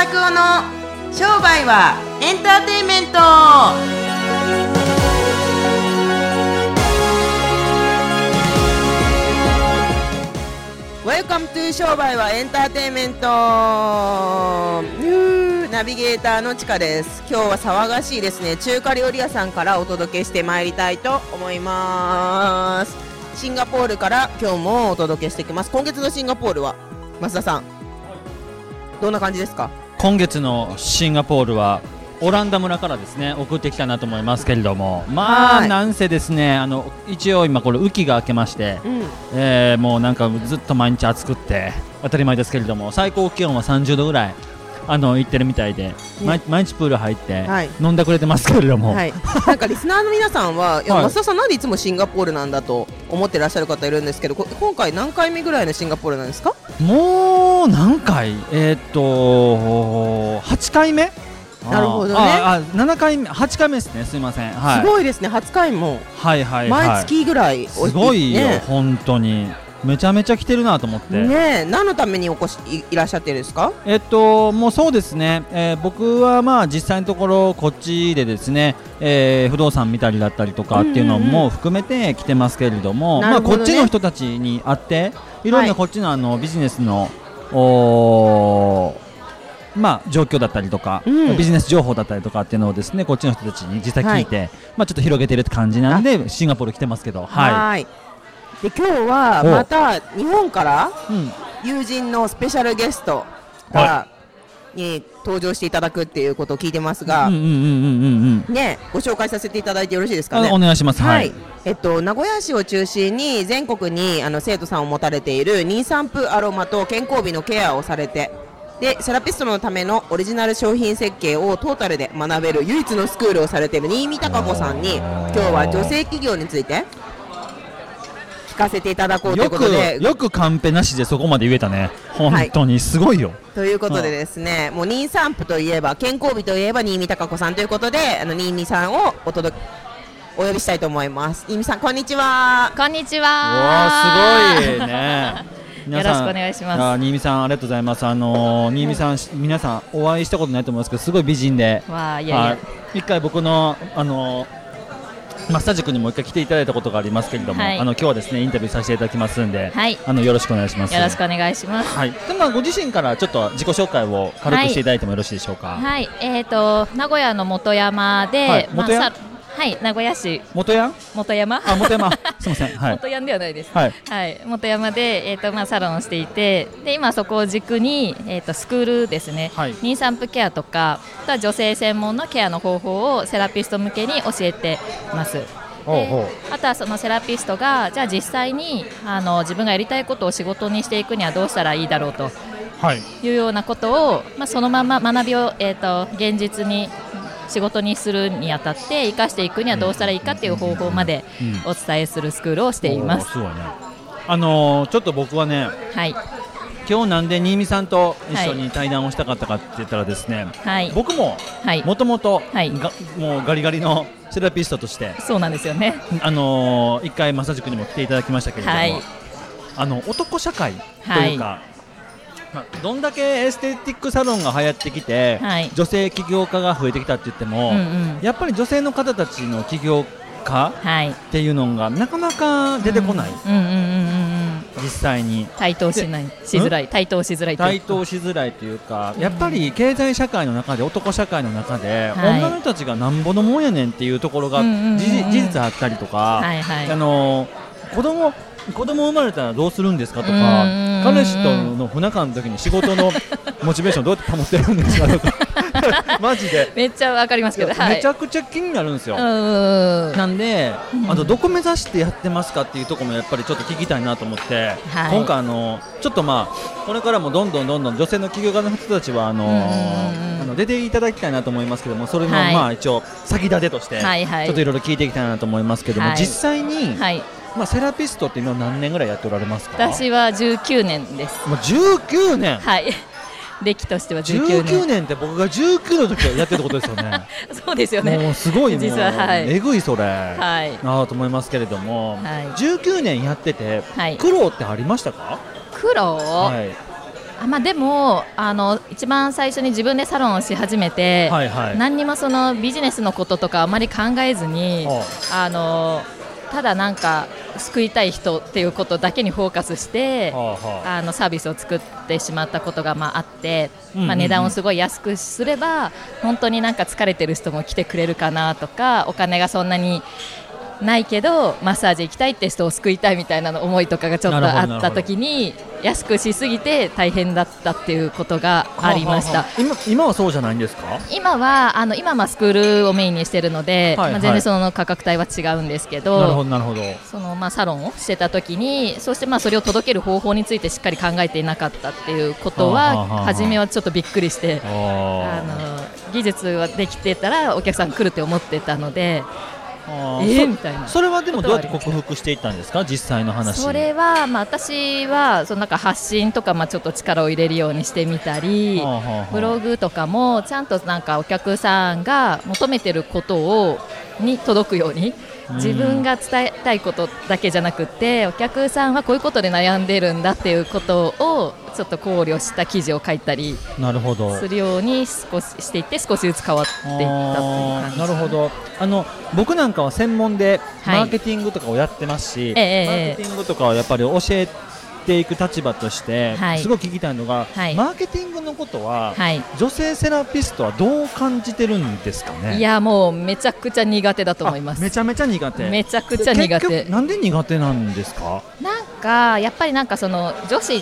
拓夫の商売はエンターテインメント。Welcome to 商売はエンターテインメント。ナビゲーターのちかです。今日は騒がしいですね。中華料理屋さんからお届けしてまいりたいと思います。シンガポールから今日もお届けしてきます。今月のシンガポールは増田さん、どんな感じですか？ 今月のシンガポールはオランダ村からですね送ってきたなと思いますけれども、なんせですね一応今これ雨季が明けまして、もうなんかずっと毎日暑くって当たり前ですけれども、最高気温は30度ぐらい行ってるみたいで、毎日プール入って、飲んでくれてますけれども、なんかリスナーの皆さんは、増田さんなんでいつもシンガポールなんだと思ってらっしゃる方いるんですけど、今回何回目ぐらいのシンガポールなんですか？ もう何回8回目。 なるほどね。 7回目8回目ですね。すいません、すごいですね。8回も毎月ぐらい、 すごいよ、本当にめちゃめちゃ来てるなと思ってね。何のためにお越しいらっしゃってるんですか？ もうそうですね、僕は実際のところこっちでですね、不動産見たりだったりとかっていうのも含めて来てますけれども、こっちの人たちに会っていろんなこっちのビジネスの状況だったりとか、ビジネス情報だったりとかっていうのをですねこっちの人たちに実際聞いて、ちょっと広げてるって感じなんでシンガポール来てますけど、 で今日はまた日本から友人のスペシャルゲストがに登場していただくっていうことを聞いてますが、ご紹介させていただいてよろしいですかね？ お願いします。 名古屋市を中心に全国に生徒さんを持たれている妊産婦アロマと健康美のケアをされて、でセラピストのためのオリジナル商品設計をトータルで学べる唯一のスクールをされている新見貴子さんに今日は女性企業について聞かせていただこうということで、 よくカンペなしでそこまで言えたね。本当にすごいよ、 ということでですね、もう妊産婦といえば健康美といえば新見貴子さんということで、新見さんをお呼びしたいと思います。新見さん、こんにちは。 こんにちは。 すごいねよろしくお願いします。 新見さんありがとうございます。新見さん、皆さんお会いしたことないと思いますけどすごい美人で、一回僕のマッサージ君にも一回来ていただいたことがありますけれども、今日はですねインタビューさせていただきますんで、よろしくお願いします。 よろしくお願いします。 でご自身からちょっと自己紹介を軽くしていただいてもよろしいでしょうか？ 名古屋の本山で、名古屋市本山本山すみません、 本山ではないです。本山でサロンをしていて、で今そこを軸にスクールですね、妊産婦ケアとか女性専門のケアの方法をセラピスト向けに教えてます。あとはそのセラピストがじゃあ実際に自分がやりたいことを仕事にしていくにはどうしたらいいだろうというようなことを、そのまま学びを現実に仕事にするにあたって生かしていくにはどうしたらいいかっていう方法までお伝えするスクールをしています。 すごいね。ちょっと僕はね、今日なんで新見さんと一緒に対談をしたかったかって言ったらですね、僕ももともともうガリガリのセラピストとしてそうなんですよね。 一回マッサージ君にも来ていただきましたけれども、男社会というか、どんだけエステティックサロンが流行ってきて、女性起業家が増えてきたって言っても、やっぱり女性の方たちの起業家っていうのがなかなか出てこない、実際に対等しづらいというか、やっぱり経済社会の中で男社会の中で、女の人たちがなんぼのもんやねんっていうところが事実あったりとか、子供生まれたらどうするんですかとか、彼氏との不仲の時に仕事のモチベーションどうやって保ってるんですかとかマジでめっちゃわかりますけど、 めちゃくちゃ気になるんですよ。なんでどこ目指してやってますかっていうところもやっぱりちょっと聞きたいなと思って、今回ちょっとこれからもどんどん女性の起業家の人たちは出ていただきたいなと思いますけども、それの一応先立てとしてちょっといろいろ聞いていきたいなと思いますけども、実際にセラピストって今何年ぐらいやっておられますか？ 私は19年です。 もう19年。 歴としては19年。 19年って僕が19の時はやってることですよね。 そうですよね。 もうすごい、 実はえぐいそれ、なと思いますけれども、19年やってて苦労ってありましたか？ 苦労、 でも一番最初に自分でサロンをし始めて、何にもそのビジネスのこととかあまり考えずにただなんか救いたい人っていうことだけにフォーカスしてサービスを作ってしまったことがあって、値段をすごい安くすれば本当になんか疲れてる人も来てくれるかなとか、お金がそんなにないけどマッサージ行きたいって人を救いたいみたいな思いとかがちょっとあった時に安くしすぎて大変だったっていうことがありました。 今はそうじゃないんですか？ 今はスクールをメインにしているので、全然その価格帯は違うんですけど、 なるほどそのサロンをしてた時にそしてそれを届ける方法についてしっかり考えていなかったっていうことは初めはちょっとびっくりして技術ができてたらお客さん来るって思ってたのでみたいな。 それはでもどうやって克服していったんですか、実際の話。 それは、私はそのなんか発信とかちょっと力を入れるようにしてみたり、ブログとかもちゃんとなんかお客さんが求めてることに届くように自分が伝えたいことだけじゃなくてお客さんはこういうことで悩んでるんだっていうことをちょっと考慮した記事を書いたりするように少ししていって少しずつ変わっていったという感じ。 なるほど。僕なんかは専門でマーケティングとかをやってますし、マーケティングとかをやっぱり教えていく立場としてすごい聞きたいのが、マーケティングのことは、女性セラピストはどう感じてるんですかね？ いやもうめちゃくちゃ苦手だと思います。 めちゃめちゃ苦手。 めちゃくちゃ苦手。 結局なんで苦手なんですか？ なんかやっぱりなんかその女子って、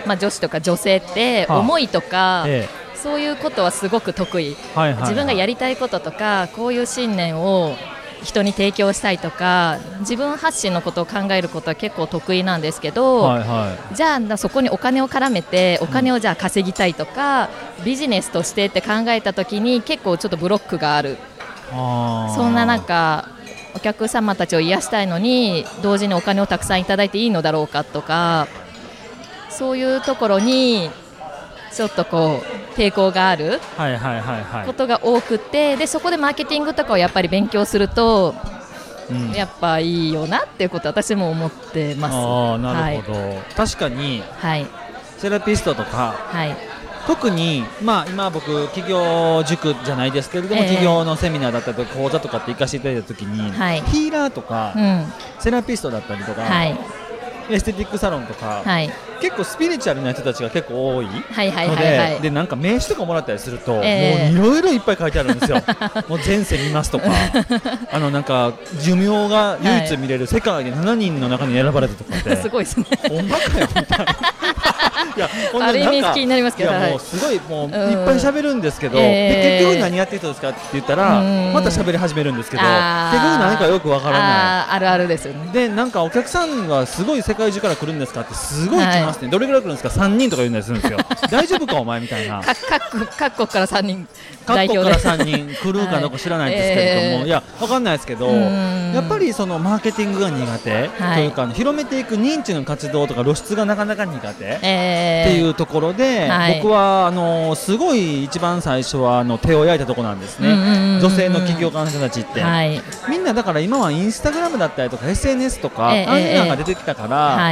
女子とか女性って思いとか、そういうことはすごく得意、自分がやりたいこととかこういう信念を人に提供したいとか自分発信のことを考えることは結構得意なんですけど、じゃあそこにお金を絡めてお金をじゃあ稼ぎたいとか、ビジネスとしてって考えた時に結構ちょっとブロックがある。そんななんかお客様たちを癒したいのに同時にお金をたくさんいただいていいのだろうかとか、そういうところにちょっとこう抵抗があることが多くて、でそこでマーケティングとかをやっぱり勉強すると、やっぱいいよなっていうことは私も思ってます。 なるほど、確かに、セラピストとか、特に、今僕企業塾じゃないですけれども、企業のセミナーだったりとか講座とかって行かせていただいた時に、ヒーラーとか、セラピストだったりとか、エステティックサロンとか、結構スピリチュアルな人たちが結構多いので、なんか名刺とかもらったりすると、もういろいろいっぱい書いてあるんですよ。もう前世見ますとかなんか寿命が唯一見れる世界で7人の中に選ばれたとかってすごいですね。 ほんまかよみたいな。いやある意味気になりますけど、 もうすごいもういっぱい喋るんですけど、で結局何やってる人ですかって言ったらまた喋り始めるんですけど、結局何かよくわからない。 あるあるですよね。 でなんかお客さんがすごい世界中から来るんですかってすごい来ますね。どれぐらい来るんですか？3人とか言うんでするんですよ。大丈夫かお前みたいな。 各国から3人代表で、各国から3人来るかどうか知らないんですけれども、いやわかんないですけど、やっぱりそのマーケティングが苦手というか、広めていく認知の活動とか露出がなかなか苦手っていうところで、僕はすごい一番最初は手を焼いたところなんですね。女性の起業家の人たちって、みんなだから今はインスタグラムだったりとか SNS とか、ああいうのが出てきたから、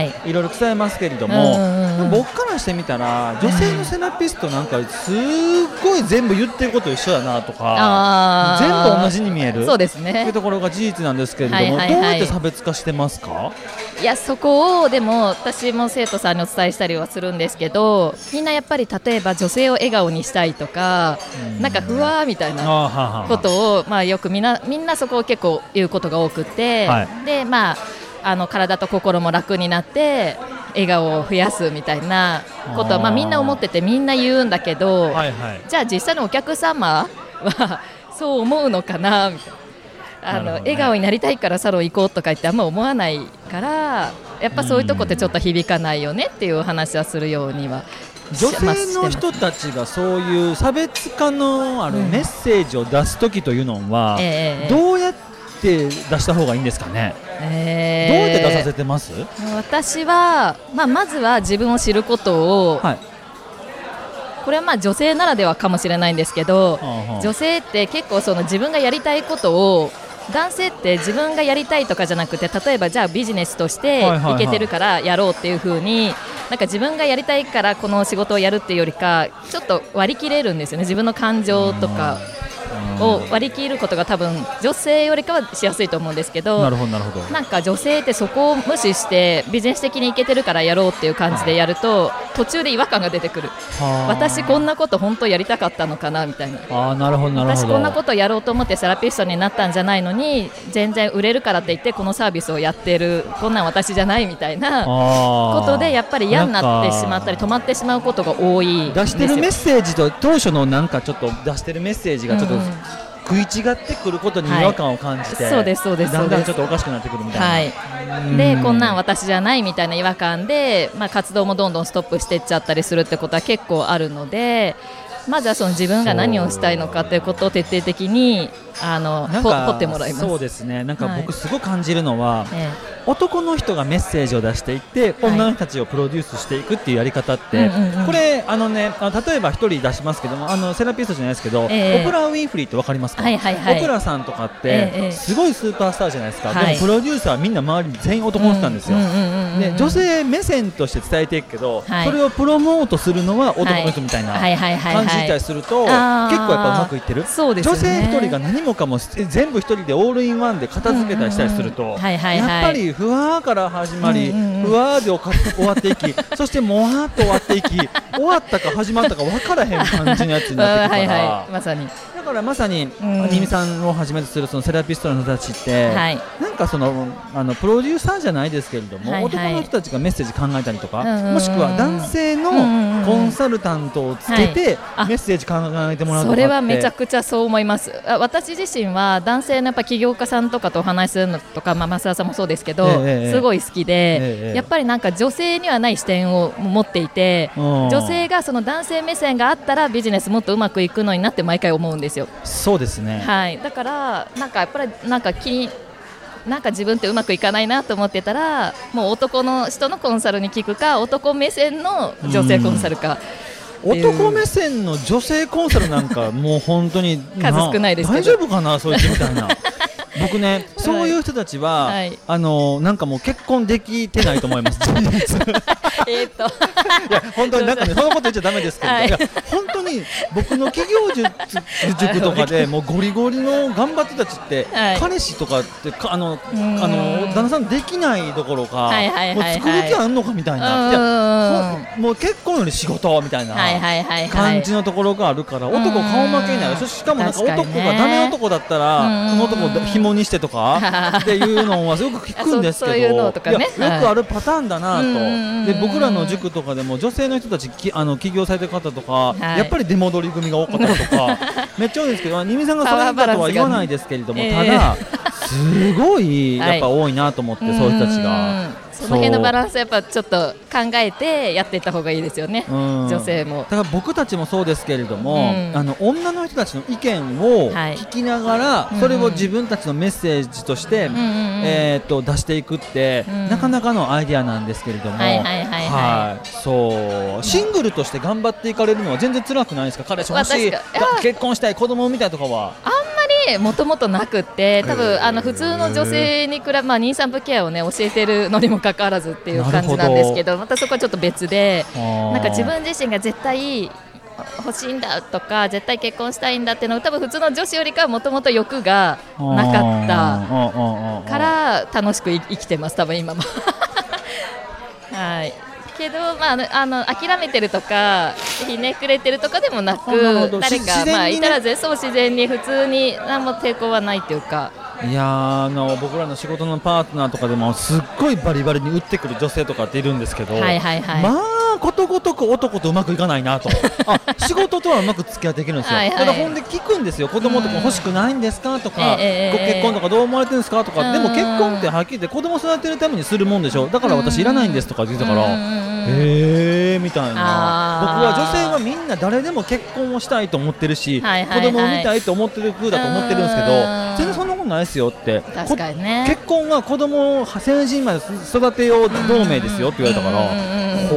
いろいろ伝えますけれども、僕からしてみたら女性のセラピストなんかすごい全部言ってること一緒だなとか、全部同じに見えるそうですね、 というところが事実なんですけれども、どうやって差別化してますか？ いやそこをでも私も生徒さんにお伝えしたりはするんですけど、みんなやっぱり例えば女性を笑顔にしたいとか、なんかふわーみたいなことを、よくみんなそこを結構言うことが多くて、で体と心も楽になって笑顔を増やすみたいなことはみんな思っててみんな言うんだけど、じゃあ実際のお客様はそう思うのかなみたいな。笑顔になりたいからサロン行こうとか言ってあんま思わないから、やっぱそういうとこってちょっと響かないよねっていう話はするようには女性の人たちがそういう差別化のあるメッセージを出すときというのは、どうやって出した方がいいんですかね？どうやって出させてます？ 私は、まずは自分を知ることを、これは女性ならではかもしれないんですけど、女性って結構その自分がやりたいことを男性って自分がやりたいとかじゃなくて、例えばじゃあビジネスとしていけてるからやろうっていう風に、なんか自分がやりたいからこの仕事をやるっていうよりか、ちょっと割り切れるんですよね。自分の感情とかを割り切ることが多分女性よりかはしやすいと思うんですけど、 なるほどなるほど。 なんか女性ってそこを無視してビジネス的にいけてるからやろうっていう感じでやると、途中で違和感が出てくる。私こんなこと本当やりたかったのかなみたいな。 なるほどなるほど。 私こんなことやろうと思ってセラピストになったんじゃないのに、全然売れるからって言ってこのサービスをやってる、こんなん私じゃないみたいなことでやっぱり嫌になってしまったり止まってしまうことが多いんですよ。 出してるメッセージと当初のなんかちょっと出してるメッセージがちょっと、食い違ってくることに違和感を感じて、 そうですそうです、 だんだんちょっとおかしくなってくるみたいな、 でこんなん私じゃないみたいな違和感で、活動もどんどんストップしていっちゃったりするってことは結構あるので、まずはその自分が何をしたいのかということを徹底的に掘ってもらいます。 そうですね。なんか僕すごく感じるのは、男の人がメッセージを出していって女の人たちをプロデュースしていくっていうやり方って、これ例えば一人出しますけども、セラピストじゃないですけど、オプラ・ウィンフリーってわかりますか？オプラさんとかってすごいスーパースターじゃないですか。でもプロデューサーはみんな周りに全員男の人なんですよ。で女性目線として伝えていくけど、それをプロモートするのは男の人みたいな感じたりすると、結構やっぱうまくいってる。女性一人が何もかも全部一人でオールインワンで片付けたりしたりすると、やっぱりふわーから始まり、ふわーで終わっていきそしてもわーっと終わっていき終わったか始まったか分からへん感じのやつになってくるからまさにだからまさに新見さんをはじめとするそのセラピストの人たちって、なんかそのプロデューサーじゃないですけれども、男の人たちがメッセージ考えたりとか、もしくは男性のコンサルタントをつけてメッセージ考えてもらうとかって、 それはめちゃくちゃそう思います。私自身は男性のやっぱ起業家さんとかとお話しするのとか、増田さんもそうですけど、すごい好きで、やっぱりなんか女性にはない視点を持っていて、女性がその男性目線があったらビジネスもっとうまくいくのになって毎回思うんですよ。 そうですね、 だからなんかやっぱりなんか自分ってうまくいかないなと思ってたら、もう男の人のコンサルに聞くか、男目線の女性コンサルか、 男目線の女性コンサルなんかもう本当に数少ないですけど大丈夫かな、そういってみたいな僕ね、そういう人たちは、なんかもう結婚できてないと思いますいや本当になんかね、そんなこと言っちゃダメですけど、いや本当に僕の企業塾とかでもうゴリゴリの頑張ってたちって、彼氏とかって旦那さんできないどころか、もう作る気あんのかみたいな、もう結婚より仕事みたいな感じのところがあるから、男顔負けになる。しかもなんか男がダメ男だったらその男を紐にしてとかっていうのはよく聞くんですけど、よくあるパターンだなと。で僕らの塾とかでも女性の人たち起業されてる方とか、やっぱり出戻り組が多かったりとかめっちゃ多いんですけど、新見さんがそういうことは言わないですけれども、ただすごいやっぱ多いなと思って、そういう人たちが。 その辺のバランスやっぱちょっと考えてやっていった方がいいですよね、女性も。 だから僕たちもそうですけれども、女の人たちの意見を聞きながら、それを自分たちのメッセージとして出していくって、なかなかのアイデアなんですけれども、そうシングルとして頑張っていかれるのは全然辛くないですか？彼氏欲しい、結婚したい、子供を産みたいとかはあんまりもともとなくって、多分普通の女性に比べ、妊産婦ケアをね教えてるのにもかかわらずっていう感じなんですけど、またそこはちょっと別で、なんか自分自身が絶対欲しいんだとか絶対結婚したいんだっていうのを多分普通の女子よりかはもともと欲がなかったから楽しく生きてます、多分今もけど、諦めてるとかひねくれてるとかでもなく、誰かいたら自然に普通に何も抵抗はないというか。 いや僕らの仕事のパートナーとかでもすっごいバリバリに打ってくる女性とかっているんですけど、ことごとく男とうまくいかないなと仕事とはうまく付き合っていけるんですよ。ただほんで聞くんですよ、子供とか欲しくないんですかとか、ご結婚とかどう思われてるんですかとか、でも結婚ってはっきり言って子供育てるためにするもんでしょ、だから私いらないんですとか言ってたから、みたいな。僕は女性はみんな誰でも結婚をしたいと思ってるし、子供を産みたいと思ってる風だと思ってるんですけど、全然そんなことないですよって。 確かにね、 結婚は子供を成人まで育てよう同盟ですよって言われたから、ほー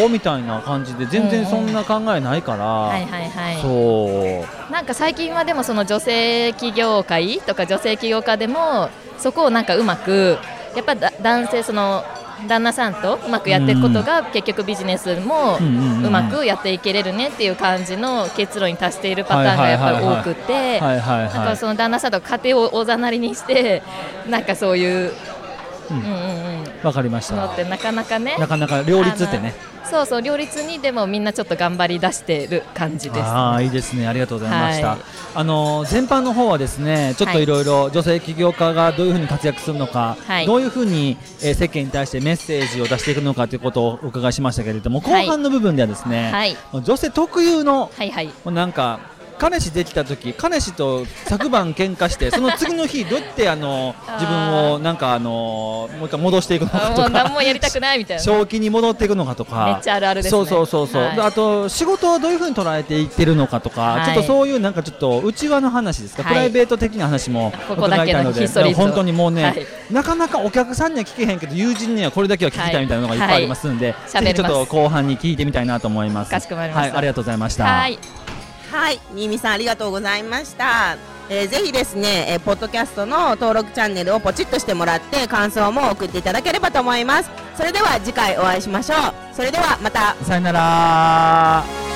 よみたいな感じで全然そんな考えないから、そうなんか最近はでもその女性起業家とか女性起業家でもそこをなんかうまくやっぱ男性その旦那さんとうまくやっていくことが結局ビジネスもうまくやっていけれるねっていう感じの結論に達しているパターンがやっぱり多くて、だからその旦那さんと家庭をおざなりにしてなんかそういうわかりました。 のってなかなかね、 なかなか両立ってね、 そうそう両立にでもみんなちょっと頑張り出してる感じです、 ね、いいですね、ありがとうございました、全般の方はですねちょっといろいろ女性起業家がどういうふうに活躍するのか、どういうふうに、世間に対してメッセージを出していくのかということをお伺いしましたけれども、後半の部分ではですね、女性特有の、なんか彼氏できた時、彼氏と昨晩喧嘩してその次の日どうやって自分をなんかもう一回戻していくのかとか、 何もやりたくないみたいな、 正気に戻っていくのかとか、 めっちゃあるあるですね。 あと仕事をどういうふうに捉えていってるのかとか、ちょっとそういうなんかちょっと内輪の話ですか、プライベート的な話も伺いたいので、本当にもうね、なかなかお客さんには聞けへんけど友人にはこれだけは聞きたいみたいなのがいっぱいありますんで、ぜひちょっと後半に聞いてみたいなと思います。 かしこまりました。 ありがとうございました。 はい、新見さんありがとうございました。ぜひですね、ポッドキャストの登録チャンネルをポチッとしてもらって感想も送っていただければと思います。それでは次回お会いしましょう。それではまた。 さよなら。